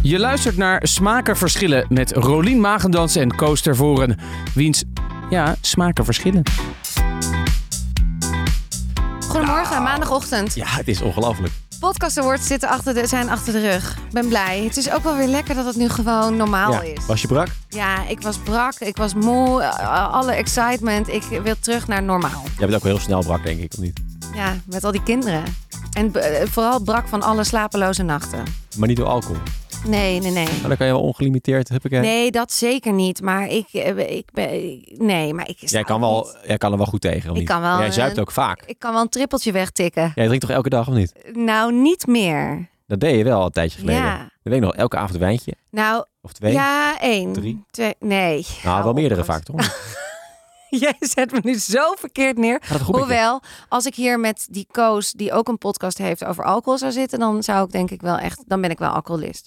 Je luistert naar Smaken Verschillen met Rolien Magendans en Koos Tervoren. Wiens, smaken verschillen. Goedemorgen, maandagochtend. Ja, het is ongelooflijk. Podcast Awards zijn achter de rug. Ik ben blij. Het is ook wel weer lekker dat het nu gewoon normaal is. Was je brak? Ja, ik was brak. Ik was moe. Alle excitement. Ik wil terug naar normaal. Jij bent ook wel heel snel brak, denk ik, of niet? Ja, met al die kinderen. En vooral brak van alle slapeloze nachten. Maar niet door alcohol? Nee. Maar dan kan je wel ongelimiteerd, Nee, dat zeker niet. Maar Jij kan er wel goed tegen, of niet? Jij zuipt ook vaak. Ik kan wel een trippeltje wegtikken. Jij drinkt toch elke dag, of niet? Nou, niet meer. Dat deed je wel een tijdje geleden. Ja. Ik weet nog, elke avond een wijntje. Nou, of 2. Ja, 1. 3. 2, nee. Nou, wel meerdere vaak, toch? Jij zet me nu zo verkeerd neer. Hoewel, als ik hier met die Koos, die ook een podcast heeft over alcohol zou zitten, dan zou ik denk ik wel echt, dan ben ik wel alcoholist.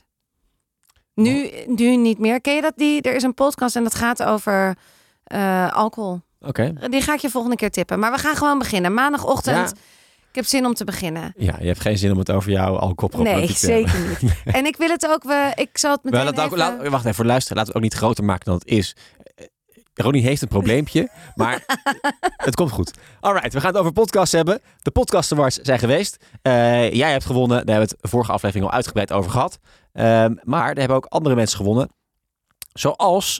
Nu niet meer. Ken je dat? Er is een podcast en dat gaat over alcohol. Oké. Die ga ik je volgende keer tippen. Maar we gaan gewoon beginnen. Maandagochtend. Ja. Ik heb zin om te beginnen. Ja, je hebt geen zin om het over jouw alcoholprobleem te hebben. Nee, zeker niet. En ik wil het ook, ik zal het meteen wacht even, voor luisteren. Laten we het ook niet groter maken dan het is. Ronnie heeft een probleempje, maar het komt goed. Alright, we gaan het over podcasts hebben. De Podcast Awards zijn geweest. Jij hebt gewonnen. Daar hebben we het vorige aflevering al uitgebreid over gehad. Maar er hebben ook andere mensen gewonnen. Zoals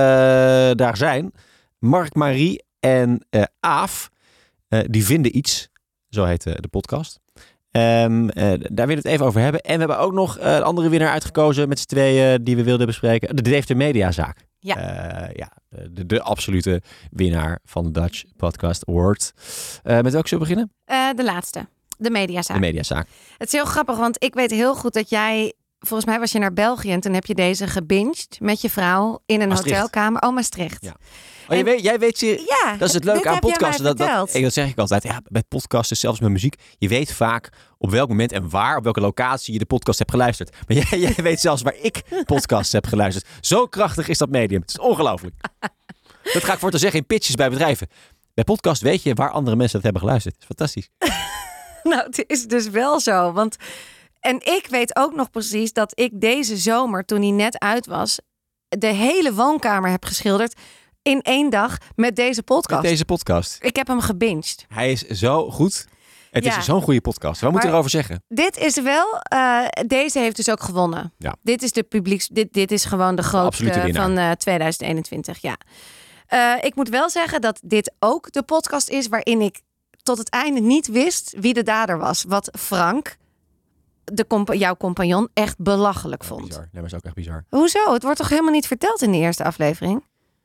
daar zijn Mark, Marie en Aaf. Die vinden iets. Zo heet de podcast. Daar willen we het even over hebben. En we hebben ook nog een andere winnaar uitgekozen met z'n tweeën die we wilden bespreken. De Deventer Mediazaak. Ja. De absolute winnaar van de Dutch Podcast Award. Met welke zullen we beginnen? De laatste. De Mediazaak. De Mediazaak. Het is heel grappig, want ik weet heel goed dat jij... Volgens mij was je naar België en toen heb je deze gebinged met je vrouw in een hotelkamer. Oh, Maastricht. Ja. Jij weet dat is het leuke aan podcasten. Dat zeg ik altijd. Ja, bij podcasten, zelfs met muziek, je weet vaak op welk moment en waar, op welke locatie je de podcast hebt geluisterd. Maar jij weet zelfs waar ik podcasts heb geluisterd. Zo krachtig is dat medium. Het is ongelooflijk. Dat ga ik voor te zeggen in pitches bij bedrijven. Bij podcast weet je waar andere mensen dat hebben geluisterd. Dat is fantastisch. Nou, het is dus wel zo. En ik weet ook nog precies dat ik deze zomer, toen hij net uit was, de hele woonkamer heb geschilderd in 1 dag met deze podcast. Ik heb hem gebinged. Hij is zo goed. Het is zo'n goede podcast. Wat moeten we erover zeggen? Dit is wel... deze heeft dus ook gewonnen. Ja. Dit is de dit is gewoon de grootste van 2021. Ja. Ik moet wel zeggen dat dit ook de podcast is waarin ik tot het einde niet wist wie de dader was. Wat Frank, jouw compagnon, echt belachelijk vond. Bizar. Nee, maar is ook echt bizar. Hoezo? Het wordt toch helemaal niet verteld in de eerste aflevering?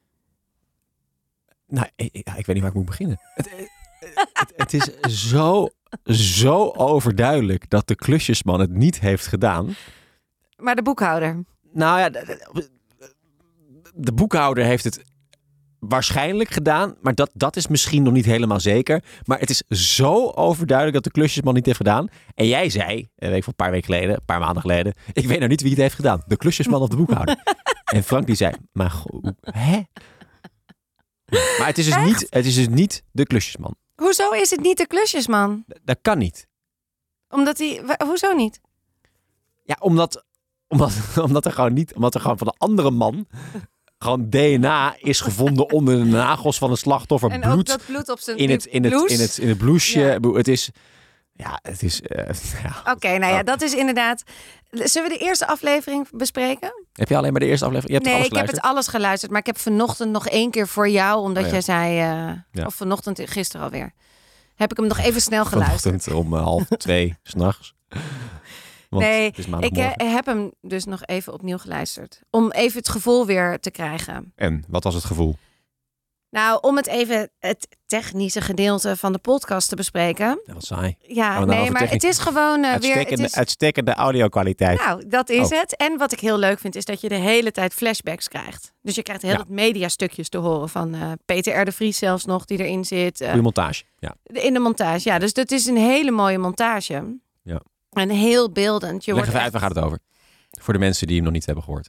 Nou, ik weet niet waar ik moet beginnen. Het is zo overduidelijk dat de klusjesman het niet heeft gedaan. Maar de boekhouder? Nou ja, de boekhouder heeft het waarschijnlijk gedaan. Maar dat is misschien nog niet helemaal zeker. Maar het is zo overduidelijk dat de klusjesman niet heeft gedaan. En jij zei, een paar maanden geleden, ik weet nou niet wie het heeft gedaan. De klusjesman of de boekhouder. En Frank die zei, maar hè? Maar het is dus niet de klusjesman. Hoezo is het niet de klusjesman? Dat kan niet. Hoezo niet? Ja, omdat er gewoon van een andere man gewoon DNA is gevonden onder de nagels van een slachtoffer. En bloed, ook dat bloed op zijn in het blouseje. Ja. Het is. Oké, nou ja, dat is inderdaad. Zullen we de eerste aflevering bespreken? Heb je alleen maar de eerste aflevering? Nee, ik heb het alles geluisterd, maar ik heb vanochtend nog 1 keer voor jou, omdat jij zei, of vanochtend, gisteren alweer, heb ik hem nog even snel geluisterd. Vanochtend om 1:30 s'nachts. Nee, ik heb hem dus nog even opnieuw geluisterd. Om even het gevoel weer te krijgen. En, wat was het gevoel? Nou, om het technische gedeelte van de podcast te bespreken. Dat was saai. Ja, nee, maar het is gewoon uitstekende audio-kwaliteit. Nou, dat is het. En wat ik heel leuk vind, is dat je de hele tijd flashbacks krijgt. Dus je krijgt heel wat mediastukjes te horen van Peter R. de Vries zelfs nog, die erin zit. Goeie montage, ja. In de montage, ja. Dus dat is een hele mooie montage. Ja. En heel beeldend. Leg even uit, waar gaat het over? Voor de mensen die hem nog niet hebben gehoord.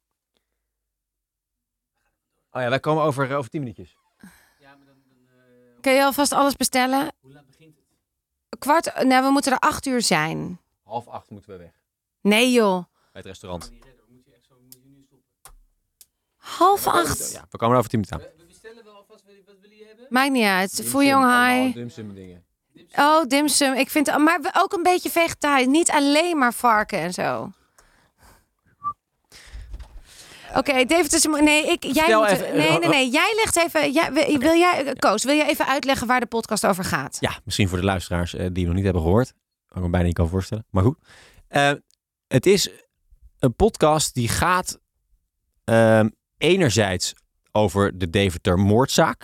Oh ja, wij komen over 10 minuutjes. Ja, maar dan kun je alvast alles bestellen? Hoe laat begint het? We moeten er 8 uur zijn. 7:30 moeten we weg. Nee joh. het restaurant. 7:30. Ja, we komen er over 10 minuten aan. We bestellen wel alvast, wat wil je hebben? Maakt niet uit. Fouillon high. Dimsum dingen. Oh, dimsum. Ik vind, maar ook een beetje vegetarisch. Niet alleen maar varken en zo. Oké, David, nee. Jij legt even. Koos, wil jij even uitleggen waar de podcast over gaat? Ja, misschien voor de luisteraars die we nog niet hebben gehoord. Kan ik me bijna niet kan voorstellen. Maar goed. Het is een podcast die gaat enerzijds over de Deventer moordzaak.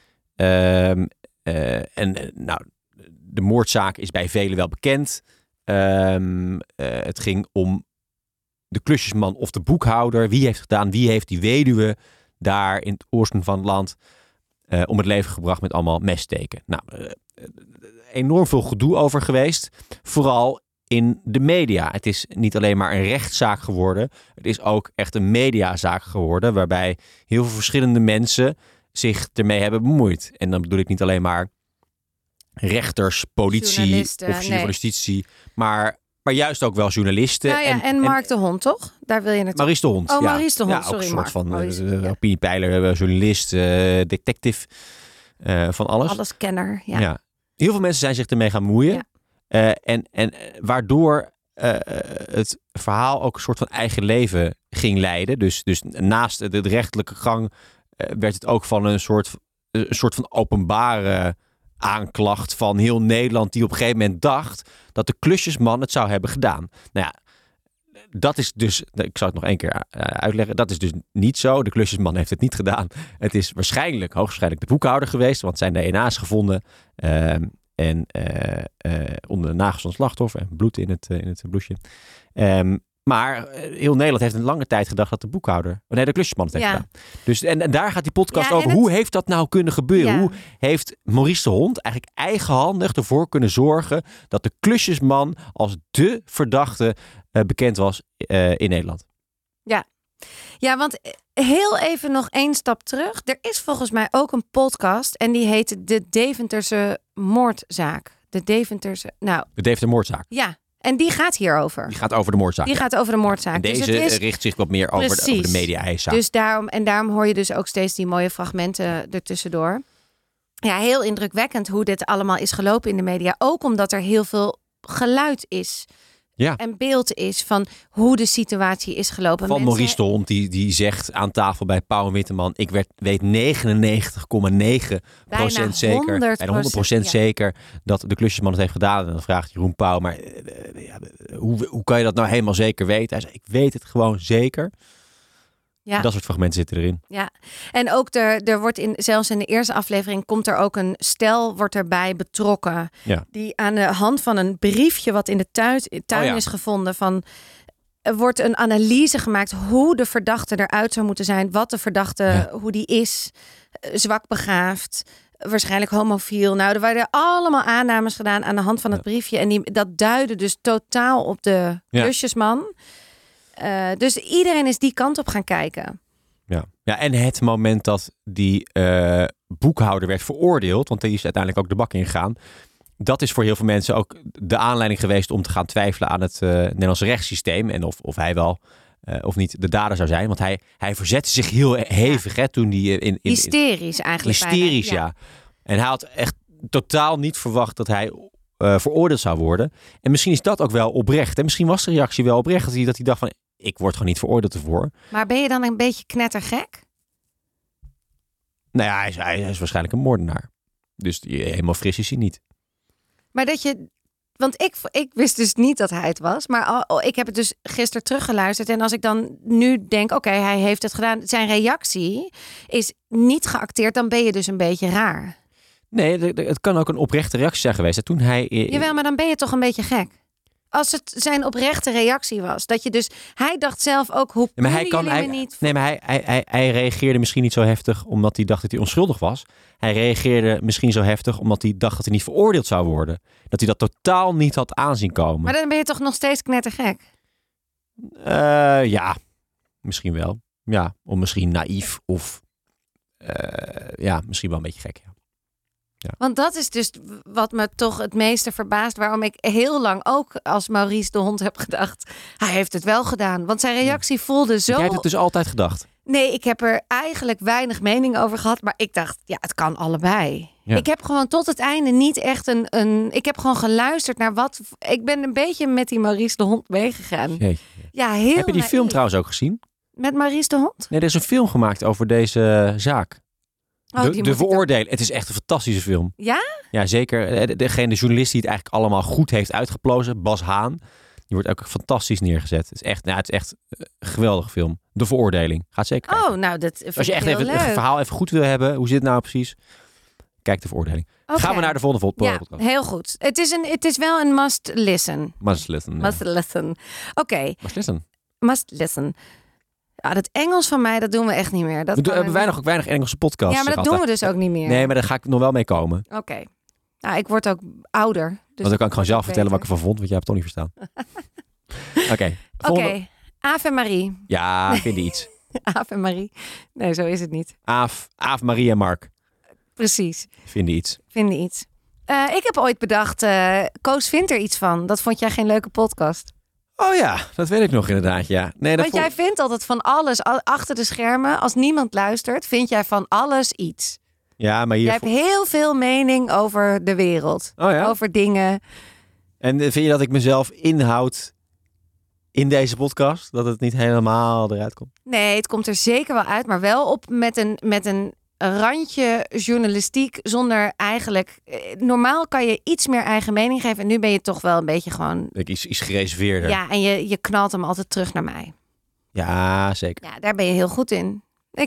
De moordzaak is bij velen wel bekend. Het ging om de klusjesman of de boekhouder. Wie heeft gedaan? Wie heeft die weduwe daar in het oosten van het land om het leven gebracht met allemaal messteken? Nou, enorm veel gedoe over geweest. Vooral in de media. Het is niet alleen maar een rechtszaak geworden. Het is ook echt een mediazaak geworden. Waarbij heel veel verschillende mensen zich ermee hebben bemoeid. En dan bedoel ik niet alleen maar rechters, politie, officier van justitie. Maar juist ook wel journalisten. Nou ja, en Mark de Hond, toch? Daar wil je naartoe. Maurice de Hond. Oh, Maurice de Hond, ja, ook een soort van opiniepeiler, journalist, detective, van alles. Alleskenner, ja. Heel veel mensen zijn zich ermee gaan moeien. Ja. En waardoor het verhaal ook een soort van eigen leven ging leiden. Dus naast de rechtelijke gang werd het ook van een soort van openbare aanklacht van heel Nederland, die op een gegeven moment dacht dat de klusjesman het zou hebben gedaan. Nou ja, dat is dus, ik zal het nog één keer uitleggen, dat is dus niet zo. De klusjesman heeft het niet gedaan. Het is hoogstwaarschijnlijk de boekhouder geweest, want zijn DNA's gevonden onder de nagels van het slachtoffer en bloed in het bloesje. Maar heel Nederland heeft een lange tijd gedacht dat de de klusjesman het heeft gedaan. Dus, en daar gaat die podcast over. Hoe heeft dat nou kunnen gebeuren? Ja. Hoe heeft Maurice de Hond eigenlijk eigenhandig ervoor kunnen zorgen dat de klusjesman als de verdachte bekend was in Nederland? Ja, want heel even nog één stap terug. Er is volgens mij ook een podcast en die heet De Deventerse Moordzaak. De Deventer Moordzaak. Ja. En die gaat hierover. Die gaat over de moordzaak. En deze dus richt zich wat meer over de media-eisa. Dus daarom hoor je dus ook steeds die mooie fragmenten ertussendoor. Ja, heel indrukwekkend hoe dit allemaal is gelopen in de media. Ook omdat er heel veel geluid is. Ja. En beeld is van hoe de situatie is gelopen. Van Maurice de Hond die zegt aan tafel bij Pauw en Witteman: ik weet 99,9% zeker, bijna 100% zeker dat de klusjesman het heeft gedaan. En dan vraagt Jeroen Pauw: maar hoe kan je dat nou helemaal zeker weten? Hij zei: ik weet het gewoon zeker. Ja. Dat soort fragmenten zitten erin. Ja, en ook er wordt zelfs in de eerste aflevering komt er ook een stel wordt erbij betrokken. Ja. Die aan de hand van een briefje wat in de tuin is gevonden wordt een analyse gemaakt hoe de verdachte eruit zou moeten zijn. Wat de verdachte, hoe die is. Zwak begaafd. Waarschijnlijk homofiel. Nou, er werden allemaal aannames gedaan aan de hand van het briefje. En dat duidde dus totaal op de klusjesman. Dus iedereen is die kant op gaan kijken. Ja, en het moment dat die boekhouder werd veroordeeld, want die is uiteindelijk ook de bak ingegaan. Dat is voor heel veel mensen ook de aanleiding geweest om te gaan twijfelen aan het Nederlandse rechtssysteem. En of hij wel of niet de dader zou zijn. Want hij verzette zich heel hevig toen hij hysterisch eigenlijk. Hysterisch, ja. En hij had echt totaal niet verwacht dat hij veroordeeld zou worden. En misschien is dat ook wel oprecht. En misschien was de reactie wel oprecht dat hij dacht van: ik word gewoon niet veroordeeld ervoor. Maar ben je dan een beetje knettergek? Nou ja, hij is waarschijnlijk een moordenaar. Dus helemaal fris is hij niet. Maar want ik wist dus niet dat hij het was. Maar ik heb het dus gisteren teruggeluisterd. En als ik dan nu denk, oké, hij heeft het gedaan. Zijn reactie is niet geacteerd. Dan ben je dus een beetje raar. Nee, het kan ook een oprechte reactie zijn geweest. Toen hij... Jawel, maar dan ben je toch een beetje gek. Als het zijn oprechte reactie was. Dat je dus... Hij dacht zelf ook, hoe niet... Nee, maar hij reageerde misschien niet zo heftig omdat hij dacht dat hij onschuldig was. Hij reageerde misschien zo heftig omdat hij dacht dat hij niet veroordeeld zou worden. Dat hij dat totaal niet had aanzien komen. Maar dan ben je toch nog steeds knettergek? Ja, misschien wel. Ja, of misschien naïef of... misschien wel een beetje gek, ja. Ja. Want dat is dus wat me toch het meeste verbaast. Waarom ik heel lang ook als Maurice de Hond heb gedacht. Hij heeft het wel gedaan. Want zijn reactie voelde zo... Jij hebt het dus altijd gedacht? Nee, ik heb er eigenlijk weinig mening over gehad. Maar ik dacht, ja, het kan allebei. Ja. Ik heb gewoon tot het einde niet echt ik heb gewoon geluisterd naar wat... Ik ben een beetje met die Maurice de Hond meegegaan. Jeetje. Ja, heel Heb je die film trouwens ook gezien? Met Maurice de Hond? Nee, er is een film gemaakt over deze zaak. De Veroordeling. Het is echt een fantastische film. Ja? Ja, zeker. De journalist die het eigenlijk allemaal goed heeft uitgeplozen, Bas Haan, die wordt ook fantastisch neergezet. Het is echt een geweldige film. De Veroordeling. Gaat zeker kijken. Oh, nou, dat vind als je echt even het verhaal even goed wil hebben, hoe zit het nou precies? Kijk De Veroordeling. Okay. Gaan we naar de volgende podcast. Ja, heel goed. Het is wel een must listen. Must listen. Must listen. Oké. Must listen. Must listen. Ja, dat Engels van mij, dat doen we echt niet meer. Dat hebben wij nog ook weinig Engelse podcasts. Ja, maar dat doen we dus ook niet meer. Nee, maar daar ga ik nog wel mee komen. Oké. Nou, ik word ook ouder. Dus want dan kan ik gewoon zelf vertellen wat ik ervan vond, want jij hebt het toch niet verstaan. Oké. Ave Marie. Ja, vind je iets. Ave Marie. Nee, zo is het niet. Aaf, Marie en Mark. Precies. Vind je iets. Ik heb ooit bedacht, Koos vindt er iets van. Dat vond jij geen leuke podcast. Oh ja, dat weet ik nog inderdaad, ja. Nee, want jij vindt altijd van alles achter de schermen. Als niemand luistert, vind jij van alles iets. Ja, maar jij hebt heel veel mening over de wereld. Oh ja? Over dingen. En vind je dat ik mezelf inhoud in deze podcast? Dat het niet helemaal eruit komt? Nee, het komt er zeker wel uit. Maar wel op met een randje journalistiek zonder eigenlijk... Normaal kan je iets meer eigen mening geven. En nu ben je toch wel een beetje gewoon... Iets gereserveerder. Ja, en je knalt hem altijd terug naar mij. Ja, zeker. Ja, daar ben je heel goed in.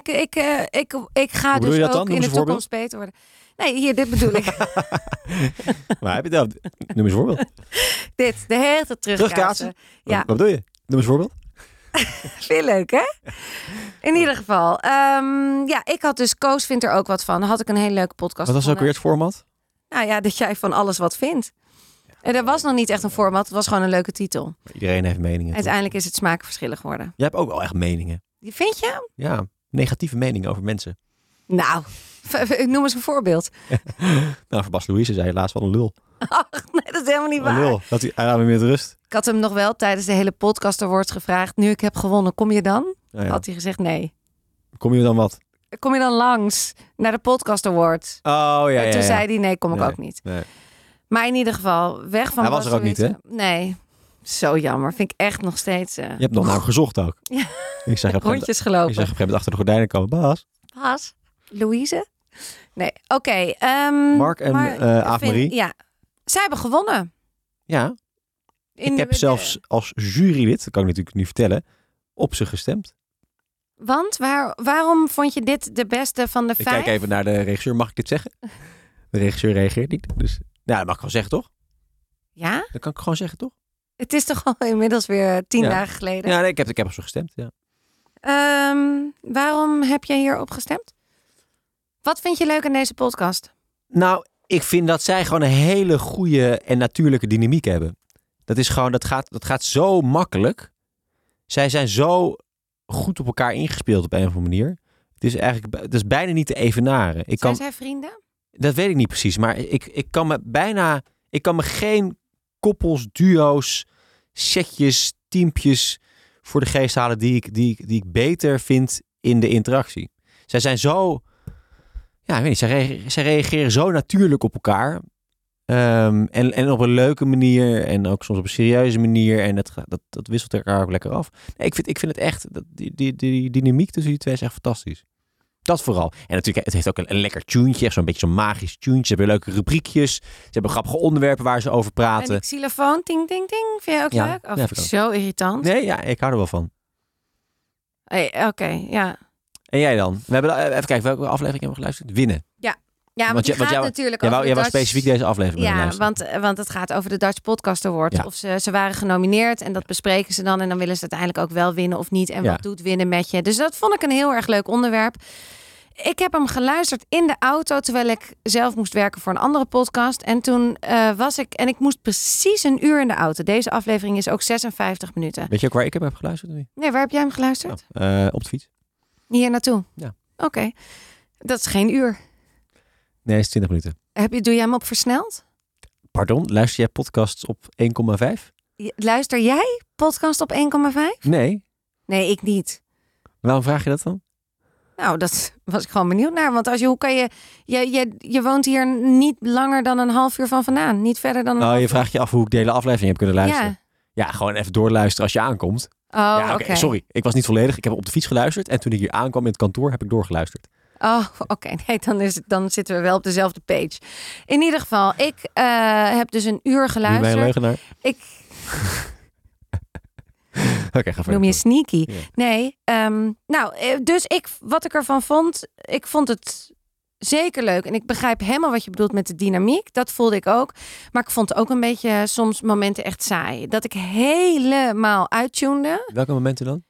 Ik ga dus ook in de toekomst beter worden. Nee, hier, dit bedoel ik. Maar heb je dat? Noem eens een voorbeeld. Dit, de hele tijd terugkaatsen. Ja. Wat bedoel je? Noem eens een voorbeeld. Veel leuk, hè? In ieder geval. Ja, ik had dus Koos vindt er ook wat van. Dan had ik een hele leuke podcast. Wat was ook weer het format? Nou ja, dat jij van alles wat vindt. En er was nog niet echt een format. Het was gewoon een leuke titel. Iedereen heeft meningen. Uiteindelijk is het smaakverschillen geworden. Je hebt ook wel echt meningen. Vind je? Ja, negatieve meningen over mensen. Nou, noem eens een voorbeeld. Nou, voor Bas Louise zei je laatst wel een lul. Ach, nee, dat is helemaal niet waar. Een lul. Hij laat me met rust. Ik had hem nog wel tijdens de hele podcast award gevraagd. Nu ik heb gewonnen, kom je dan? Oh ja. Had hij gezegd nee. Kom je dan wat? Kom je dan langs naar de podcast award? Oh ja. En toen zei hij nee, kom ik ook niet. Nee. Maar in ieder geval, weg van... Hij was er ook niet, hè? Nee. Zo jammer. Vind ik echt nog steeds... Je hebt nog naar hem gezocht ook. Ja. Ik zeg, rondjes gelopen. Ik zeg op een gegeven moment achter de gordijnen komen. Bas? Louise? Nee, oké. Mark en Aaf-Marie? Ja. Zij hebben gewonnen. Ja. Ik heb zelfs als jurylid, dat kan ik natuurlijk niet vertellen, op ze gestemd. Want? Waarom vond je dit de beste van de 5? Ik kijk even naar de regisseur. Mag ik dit zeggen? De regisseur reageert niet. Dus ja, dat mag ik gewoon zeggen, toch? Ja? Dat kan ik gewoon zeggen, toch? Het is toch al inmiddels weer 10 dagen geleden? Ja, nee, ik heb op ze gestemd, ja. Waarom heb jij hierop gestemd? Wat vind je leuk aan deze podcast? Nou, ik vind dat zij gewoon een hele goede en natuurlijke dynamiek hebben. Dat is gewoon, dat gaat zo makkelijk. Zij zijn zo goed op elkaar ingespeeld op een of andere manier. Het is bijna niet te evenaren. Zijn zij vrienden? Dat weet ik niet precies, maar ik kan me geen koppels, duo's, setjes, teampjes voor de geest halen die ik beter vind in de interactie. Zij zijn zo... Ja, ik weet niet, zij reageren zo natuurlijk op elkaar. En op een leuke manier. En ook soms op een serieuze manier. En dat wisselt elkaar ook lekker af. Nee, ik vind het echt... Die dynamiek tussen die twee is echt fantastisch. Dat vooral. En natuurlijk, het heeft ook een lekker tuentje. Zo'n beetje zo'n magisch tuentje. Ze hebben leuke rubriekjes. Ze hebben grappige onderwerpen waar ze over praten. En die xylofoon, ting, ting, ting. Vind je ook leuk? Of zo irritant? Nee, ja, ik hou er wel van. Oké, ja. En jij dan? We hebben even kijken, welke aflevering hebben we geluisterd? Winnen. Ja, want het gaat natuurlijk over jij was specifiek deze aflevering. Ja, want het gaat over de Dutch Podcast Award. Ja. Of ze waren genomineerd en dat bespreken ze dan. En dan willen ze uiteindelijk ook wel winnen of niet. En wat doet winnen met je? Dus dat vond ik een heel erg leuk onderwerp. Ik heb hem geluisterd in de auto terwijl ik zelf moest werken voor een andere podcast. En toen ik moest precies 1 uur in de auto. Deze aflevering is ook 56 minuten. Weet je ook waar ik hem heb geluisterd? Nee, waar heb jij hem geluisterd? Op de fiets. Hier naartoe? Ja. Oké. Dat is geen uur. Nee, het is 20 minuten. Doe jij hem op versneld? Pardon, luister jij podcasts op 1,5? Luister jij podcast op 1,5? Nee. Nee, ik niet. Waarom vraag je dat dan? Nou, dat was ik gewoon benieuwd naar. Want hoe kan je woont hier niet langer dan een half uur vandaan. Niet verder dan een half je uur. vraagt je af hoe ik de hele aflevering heb kunnen luisteren. Ja. Ja, gewoon even doorluisteren als je aankomt. Oh, oké. Sorry, ik was niet volledig. Ik heb op de fiets geluisterd en toen ik hier aankwam in het kantoor heb ik doorgeluisterd. Oh, oké. Nee, dan zitten we wel op dezelfde page. In ieder geval, ik heb dus een uur geluisterd. Ben je een leugenaar? Oké, ga verder. Noem je sneaky? Ja. Nee. Dus wat ik ervan vond, ik vond het zeker leuk. En ik begrijp helemaal wat je bedoelt met de dynamiek. Dat voelde ik ook. Maar ik vond ook een beetje soms momenten echt saai. Dat ik helemaal uittunede. Welke momenten dan?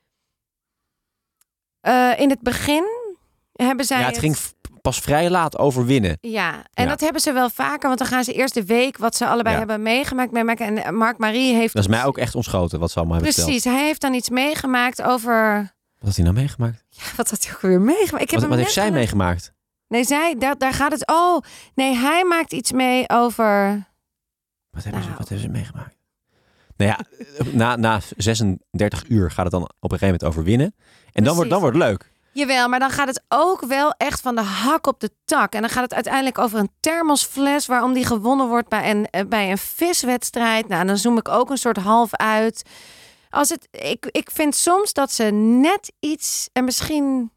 In het begin hebben zij... Ja, het ging pas vrij laat over winnen. Ja, en dat hebben ze wel vaker. Want dan gaan ze eerst de week wat ze allebei hebben meegemaakt. En Mark-Marie heeft... Dat is mij ook echt ontschoten wat ze allemaal hebben Precies, hij heeft dan iets meegemaakt over... Wat had hij nou meegemaakt? Ja, wat had hij ook weer meegemaakt? Wat heeft zij meegemaakt? Nee, daar gaat het... Oh, nee, hij maakt iets mee over... Wat hebben ze meegemaakt? Nou ja, na 36 uur gaat het dan op een gegeven moment over winnen. En dan wordt het leuk. Jawel, maar dan gaat het ook wel echt van de hak op de tak. En dan gaat het uiteindelijk over een thermosfles... waarom die gewonnen wordt bij een viswedstrijd. Nou, dan zoom ik ook een soort half uit. Ik vind soms dat ze net iets... en misschien...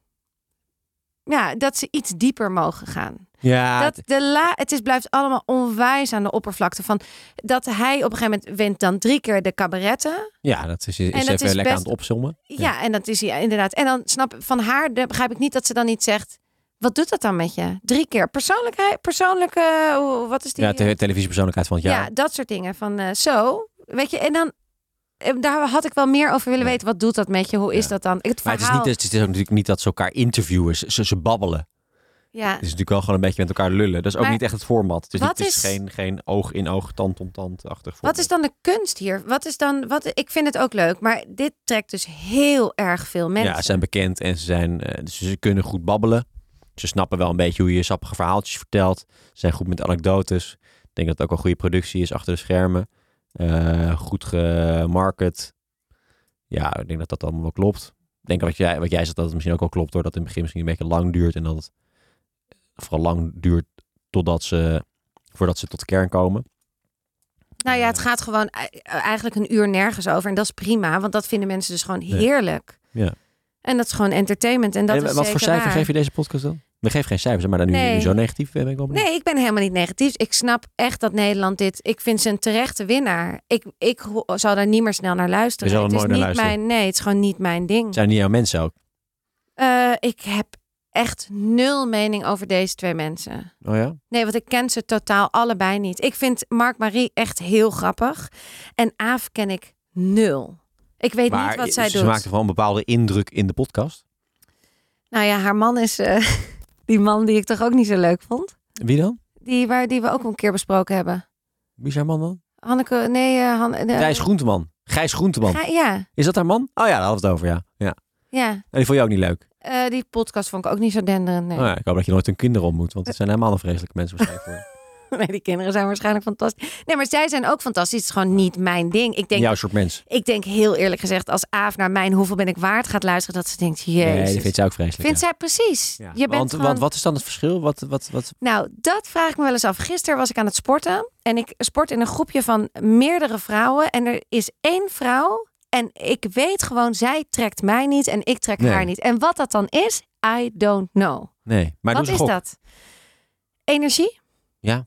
Ja, dat ze iets dieper mogen gaan. Ja. Blijft allemaal onwijs aan de oppervlakte van dat hij op een gegeven moment wint dan 3 keer de cabaretten. Ja, dat is even lekker aan het opzommen. Ja, en dat is hij inderdaad. En dan van haar begrijp ik niet dat ze dan niet zegt, wat doet dat dan met je? 3 keer persoonlijke, wat is die? Ja, televisiepersoonlijkheid van het jaar. Ja, dat soort dingen van weet je. En dan daar had ik wel meer over willen weten. Wat doet dat met je? Hoe is dat dan? Het is ook natuurlijk niet dat ze elkaar interviewen. Ze babbelen. Ja. Het is natuurlijk wel gewoon een beetje met elkaar lullen. Dat is ook niet echt het format. Het is geen oog in oog, tand om tand-achtig format. Wat is dan de kunst hier? Ik vind het ook leuk, maar dit trekt dus heel erg veel mensen. Ja, ze zijn bekend en ze kunnen goed babbelen. Ze snappen wel een beetje hoe je sappige verhaaltjes vertelt. Ze zijn goed met anekdotes. Ik denk dat het ook een goede productie is achter de schermen. Goed gemarket. Ja, ik denk dat dat allemaal wel klopt. Ik denk wat jij zegt dat het misschien ook wel klopt, doordat het in het begin misschien een beetje lang duurt en dat het vooral lang duurt voordat ze tot de kern komen. Nou ja, het gaat gewoon eigenlijk een uur nergens over en dat is prima, want dat vinden mensen dus gewoon heerlijk. Ja. En dat is gewoon entertainment en dat is wat voor cijfer waar. geef je deze podcast dan? We geven geen cijfers, maar dan nu zo negatief ben ik wel benieuwd. Nee, ik ben helemaal niet negatief. Ik snap echt dat Nederland ik vind ze een terechte winnaar. Ik zal daar niet meer snel naar luisteren. Je zal er nooit naar luisteren. Nee, het is gewoon niet mijn ding. Het zijn niet jouw mensen ook? Ik heb echt 0 mening over deze 2 mensen. Oh ja? Nee, want ik ken ze totaal allebei niet. Ik vind Mark-Marie echt heel grappig. En Aaf ken ik 0. Ik weet niet wat zij doet. Ze maakte gewoon een bepaalde indruk in de podcast. Nou ja, haar man is die man die ik toch ook niet zo leuk vond. Wie dan? Die we ook een keer besproken hebben. Wie is haar man dan? Hanneke, Gijs Groenteman. Gijs Groenteman. Ja. Is dat haar man? Oh ja, daar hadden we het over, ja. En die vond je ook niet leuk? Die podcast vond ik ook niet zo denderend. Nee. Oh ja, ik hoop dat je nooit hun kinderen ontmoet, want het zijn helemaal een vreselijke mensen waarschijnlijk voor. Nee, die kinderen zijn waarschijnlijk fantastisch. Nee, maar zij zijn ook fantastisch. Het is gewoon niet mijn ding. Ik denk, jouw soort mens. Ik denk heel eerlijk gezegd, als Aaf naar mijn Hoeveel ben ik waard gaat luisteren, dat ze denkt, jezus. Nee, die vindt zij ook vreselijk. Vindt zij precies. Ja. Je bent want wat is dan het verschil? Wat? Nou, dat vraag ik me wel eens af. Gisteren was ik aan het sporten en ik sport in een groepje van meerdere vrouwen. En er is 1 vrouw en ik weet gewoon, zij trekt mij niet en ik trek haar niet. En wat dat dan is, I don't know. Nee, maar wat is dat? Energie? Ja.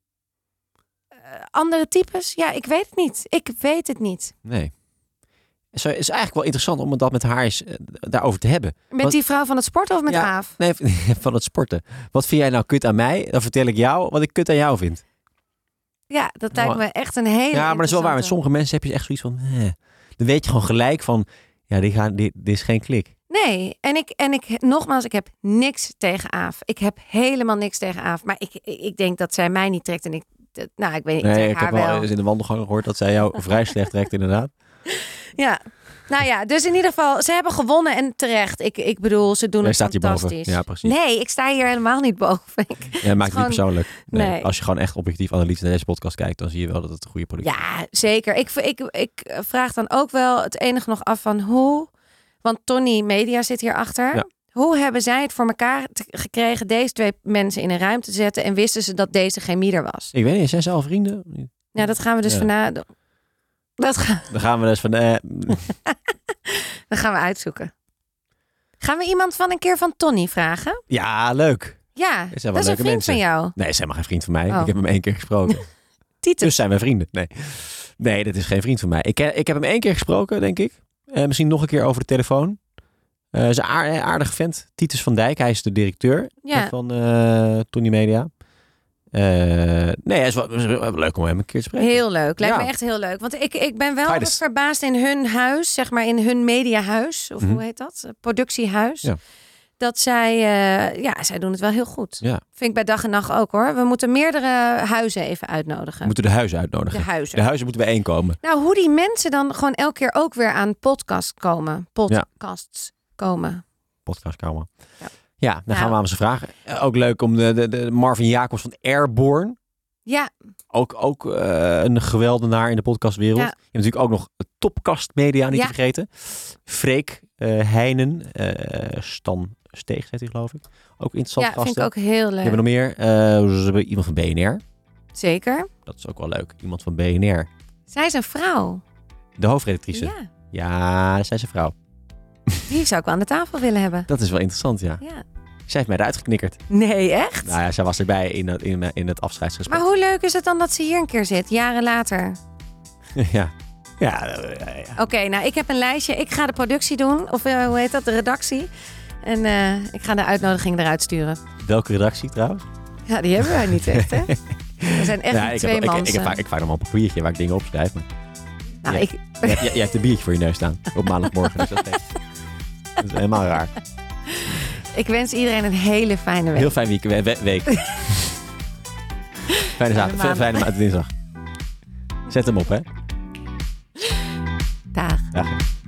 Andere types? Ja, ik weet het niet. Ik weet het niet. Nee. Het is eigenlijk wel interessant om dat met haar eens daarover te hebben. Met die vrouw van het sporten of met Aaf? Nee, van het sporten. Wat vind jij nou kut aan mij? Dan vertel ik jou wat ik kut aan jou vind. Ja, dat lijkt me echt een hele Ja, maar dat is wel waar. Met sommige mensen heb je echt zoiets van... Dan weet je gewoon gelijk van... Ja, dit is geen klik. Nee, en ik nogmaals, ik heb niks tegen Aaf. Ik heb helemaal niks tegen Aaf. Maar ik denk dat zij mij niet trekt en ik weet niet. Nee, ik heb wel eens in de wandelgang gehoord dat zij jou vrij slecht trekt, inderdaad. Ja. Nou ja, dus in ieder geval, ze hebben gewonnen en terecht. Ik bedoel, ze doen het fantastisch. Ja, precies. Nee, ik sta hier helemaal niet boven. Ja, maakt het niet persoonlijk. Nee. Als je gewoon echt objectief analytisch naar deze podcast kijkt, dan zie je wel dat het een goede productie is. Ja, zeker. Ik vraag dan ook wel het enige nog af van hoe... Want Tony Media zit hierachter. Ja. Hoe hebben zij het voor elkaar gekregen deze 2 mensen in een ruimte te zetten en wisten ze dat deze geen mieder was? Ik weet niet, zijn ze al vrienden? Ja, dat gaan we dus Dan gaan we dus van... Dan gaan we uitzoeken. Gaan we iemand van een keer van Tony vragen? Ja, leuk. Ja, dat is een vriend mensen. van jou. Nee, ze is helemaal geen vriend van mij. Oh. Ik heb hem 1 keer gesproken. Dus zijn we vrienden. Nee, dat is geen vriend van mij. Ik heb hem 1 keer gesproken, denk ik. Misschien nog een keer over de telefoon. Is een aardige vent. Titus van Dijk, hij is de directeur van Tony Media. Nee, het is wel leuk om hem een keer te spreken. Heel leuk. Lijkt me echt heel leuk. Want ik ben wel wat verbaasd in hun huis, zeg maar in hun mediahuis. Of hoe heet dat? Productiehuis. Ja. Dat zij doen het wel heel goed. Ja. Vind ik bij dag en nacht ook hoor. We moeten meerdere huizen even uitnodigen. We moeten de huizen uitnodigen. De huizen moeten bijeenkomen. Nou, hoe die mensen dan gewoon elke keer ook weer aan podcasts komen. Ja, dan gaan we aan ze vragen. Ook leuk om de Marvin Jacobs van Airborne. Ja. Ook een geweldenaar in de podcastwereld. Ja. Je hebt natuurlijk ook nog Topkast Media niet te vergeten. Freek Heijnen, Stan Steeg, heet hij geloof ik. Ook interessant gasten. Ja, vind ik ook heel leuk. We hebben nog meer. We hebben iemand van BNR. Zeker. Dat is ook wel leuk. Iemand van BNR. Zij is een vrouw. De hoofdredactrice. Ja, zij is een vrouw. Die zou ik wel aan de tafel willen hebben. Dat is wel interessant, ja. Zij heeft mij eruit geknikkerd. Nee, echt? Nou ja, zij was erbij in het afscheidsgesprek. Maar hoe leuk is het dan dat ze hier een keer zit, jaren later? Ja. Oké, nou, ik heb een lijstje. Ik ga de productie doen. Of hoe heet dat? De redactie. En ik ga de uitnodiging eruit sturen. Welke redactie trouwens? Ja, die hebben wij niet echt, hè? We zijn echt 2 man. Ik vaar nog wel een papiertje waar ik dingen opschrijf. Maar... Nou, jij hebt een biertje voor je neus staan. Op maandagmorgen. Dus dat is helemaal raar. Ik wens iedereen een hele fijne week. Heel fijn week. Fijne zaterdag. Fijne maand dinsdag. Zet hem op, hè? Dag.